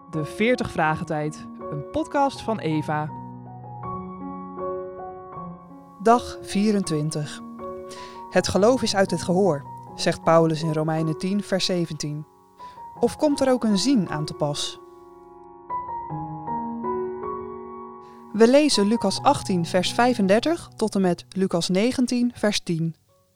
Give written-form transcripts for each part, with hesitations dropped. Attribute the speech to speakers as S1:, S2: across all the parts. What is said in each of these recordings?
S1: De 40 Vragentijd, een podcast van Eva.
S2: Dag 24. Het geloof is uit het gehoor, zegt Paulus in Romeinen 10, vers 17. Of komt er ook een zien aan te pas? We lezen Lucas 18, vers 35 tot en met Lucas 19, vers 10.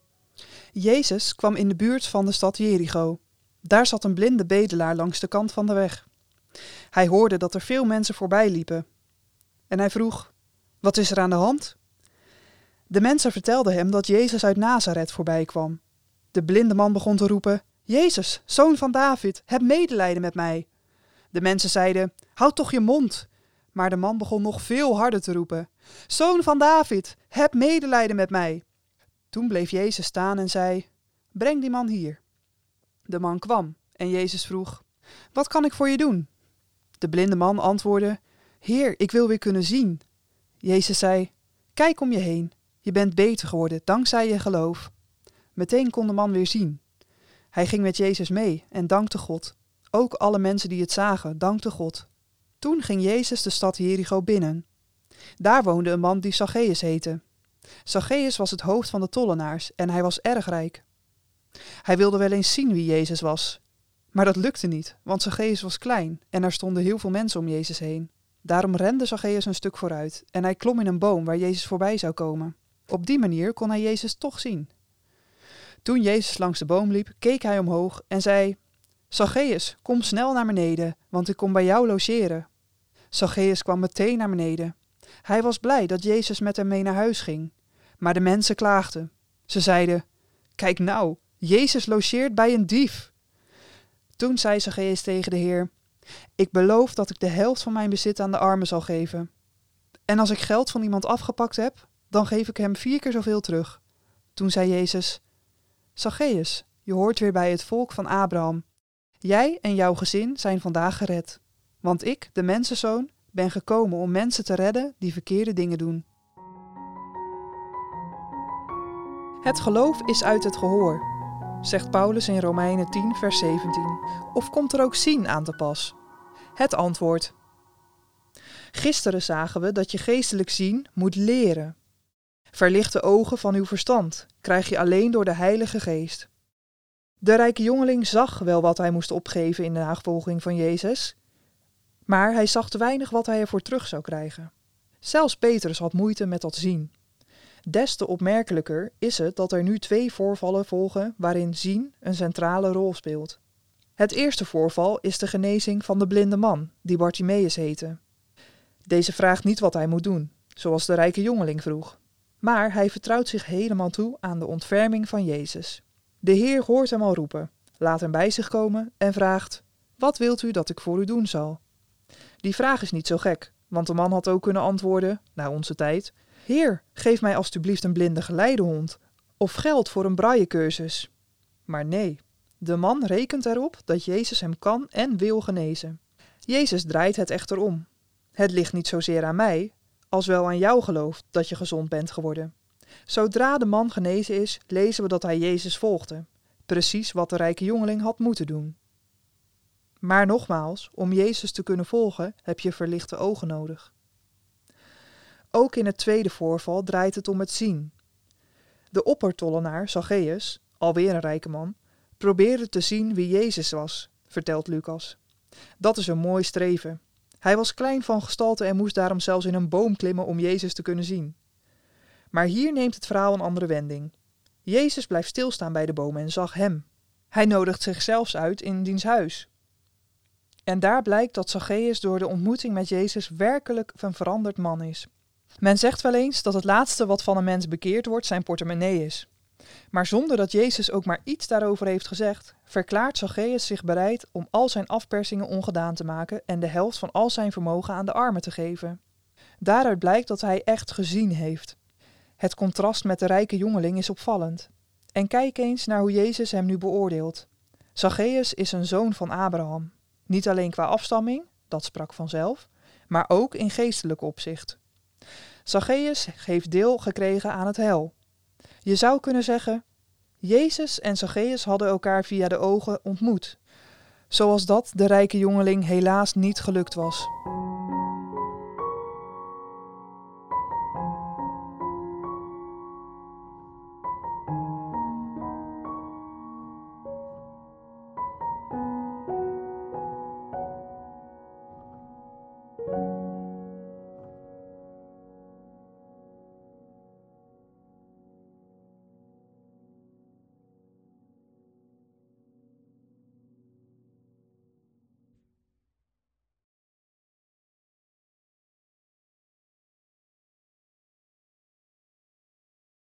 S2: Jezus kwam in de buurt van de stad Jericho. Daar zat een blinde bedelaar langs de kant van de weg. Hij hoorde dat er veel mensen voorbij liepen. En hij vroeg, wat is er aan de hand? De mensen vertelden hem dat Jezus uit Nazareth voorbij kwam. De blinde man begon te roepen, Jezus, zoon van David, heb medelijden met mij. De mensen zeiden, houd toch je mond. Maar de man begon nog veel harder te roepen, zoon van David, heb medelijden met mij. Toen bleef Jezus staan en zei, breng die man hier. De man kwam en Jezus vroeg, wat kan ik voor je doen? De blinde man antwoordde, Heer, ik wil weer kunnen zien. Jezus zei, kijk om je heen, je bent beter geworden dankzij je geloof. Meteen kon de man weer zien. Hij ging met Jezus mee en dankte God. Ook alle mensen die het zagen, dankten God. Toen ging Jezus de stad Jericho binnen. Daar woonde een man die Zacchaeus heette. Zacchaeus was het hoofd van de tollenaars en hij was erg rijk. Hij wilde wel eens zien wie Jezus was. Maar dat lukte niet, want Zacchaeus was klein en er stonden heel veel mensen om Jezus heen. Daarom rende Zacchaeus een stuk vooruit en hij klom in een boom waar Jezus voorbij zou komen. Op die manier kon hij Jezus toch zien. Toen Jezus langs de boom liep, keek hij omhoog en zei, Zacchaeus, kom snel naar beneden, want ik kom bij jou logeren. Zacchaeus kwam meteen naar beneden. Hij was blij dat Jezus met hem mee naar huis ging. Maar de mensen klaagden. Ze zeiden, kijk nou, Jezus logeert bij een dief. Toen zei Zacchaeus tegen de Heer, ik beloof dat ik de helft van mijn bezit aan de armen zal geven. En als ik geld van iemand afgepakt heb, dan geef ik hem 4 keer zoveel terug. Toen zei Jezus, Zacchaeus, je hoort weer bij het volk van Abraham. Jij en jouw gezin zijn vandaag gered. Want ik, de mensenzoon, ben gekomen om mensen te redden die verkeerde dingen doen. Het geloof is uit het gehoor, zegt Paulus in Romeinen 10, vers 17. Of komt er ook zien aan te pas? Het antwoord. Gisteren zagen we dat je geestelijk zien moet leren. Verlicht de ogen van uw verstand, krijg je alleen door de Heilige Geest. De rijke jongeling zag wel wat hij moest opgeven in de navolging van Jezus, maar hij zag te weinig wat hij ervoor terug zou krijgen. Zelfs Petrus had moeite met dat zien. Des te opmerkelijker is het dat er nu 2 voorvallen volgen waarin zien een centrale rol speelt. Het eerste voorval is de genezing van de blinde man, die Bartimeus heette. Deze vraagt niet wat hij moet doen, zoals de rijke jongeling vroeg. Maar hij vertrouwt zich helemaal toe aan de ontferming van Jezus. De Heer hoort hem al roepen, laat hem bij zich komen en vraagt, wat wilt u dat ik voor u doen zal? Die vraag is niet zo gek, want de man had ook kunnen antwoorden, naar onze tijd, Heer, geef mij alstublieft een blinde geleidehond of geld voor een braillecursus. Maar nee, de man rekent erop dat Jezus hem kan en wil genezen. Jezus draait het echter om. Het ligt niet zozeer aan mij, als wel aan jouw geloof dat je gezond bent geworden. Zodra de man genezen is, lezen we dat hij Jezus volgde. Precies wat de rijke jongeling had moeten doen. Maar nogmaals, om Jezus te kunnen volgen, heb je verlichte ogen nodig. Ook in het tweede voorval draait het om het zien. De oppertollenaar, Zacchaeus, alweer een rijke man, probeerde te zien wie Jezus was, vertelt Lucas. Dat is een mooi streven. Hij was klein van gestalte en moest daarom zelfs in een boom klimmen om Jezus te kunnen zien. Maar hier neemt het verhaal een andere wending. Jezus blijft stilstaan bij de boom en zag hem. Hij nodigt zichzelf uit in diens huis. En daar blijkt dat Zacchaeus door de ontmoeting met Jezus werkelijk een veranderd man is. Men zegt wel eens dat het laatste wat van een mens bekeerd wordt zijn portemonnee is. Maar zonder dat Jezus ook maar iets daarover heeft gezegd, verklaart Zacchaeus zich bereid om al zijn afpersingen ongedaan te maken en de helft van al zijn vermogen aan de armen te geven. Daaruit blijkt dat hij echt gezien heeft. Het contrast met de rijke jongeling is opvallend. En kijk eens naar hoe Jezus hem nu beoordeelt. Zacchaeus is een zoon van Abraham. Niet alleen qua afstamming, dat sprak vanzelf, maar ook in geestelijk opzicht. Zacchaeus heeft deel gekregen aan het heil. Je zou kunnen zeggen, Jezus en Zacchaeus hadden elkaar via de ogen ontmoet. zoals dat de rijke jongeling helaas niet gelukt was.